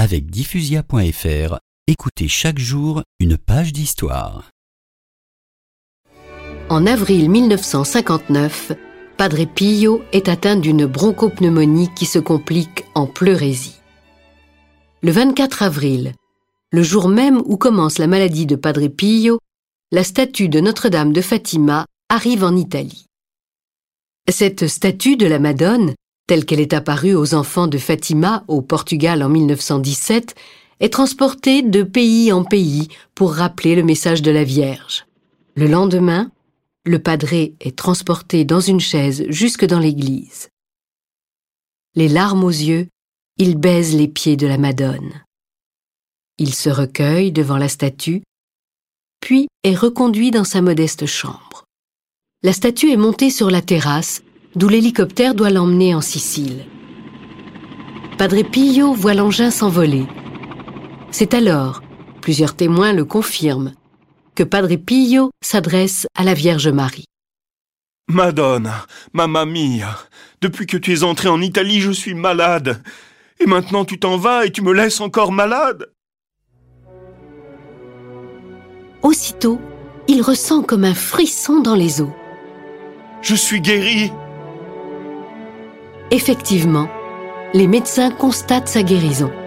Avec diffusia.fr, écoutez chaque jour une page d'histoire. En avril 1959, Padre Pio est atteint d'une bronchopneumonie qui se complique en pleurésie. Le 24 avril, le jour même où commence la maladie de Padre Pio, la statue de Notre-Dame de Fatima arrive en Italie. Cette statue de la Madone, telle qu'elle est apparue aux enfants de Fatima au Portugal en 1917, est transportée de pays en pays pour rappeler le message de la Vierge. Le lendemain, le padré est transporté dans une chaise jusque dans l'église. Les larmes aux yeux, il baise les pieds de la Madone. Il se recueille devant la statue, puis est reconduit dans sa modeste chambre. La statue est montée sur la terrasse, d'où l'hélicoptère doit l'emmener en Sicile. Padre Pio voit l'engin s'envoler. C'est alors, plusieurs témoins le confirment, que Padre Pio s'adresse à la Vierge Marie. « Madonna, mamma mia, depuis que tu es entrée en Italie, je suis malade. Et maintenant tu t'en vas et tu me laisses encore malade. » Aussitôt, il ressent comme un frisson dans les os. « Je suis guéri !» Effectivement, les médecins constatent sa guérison.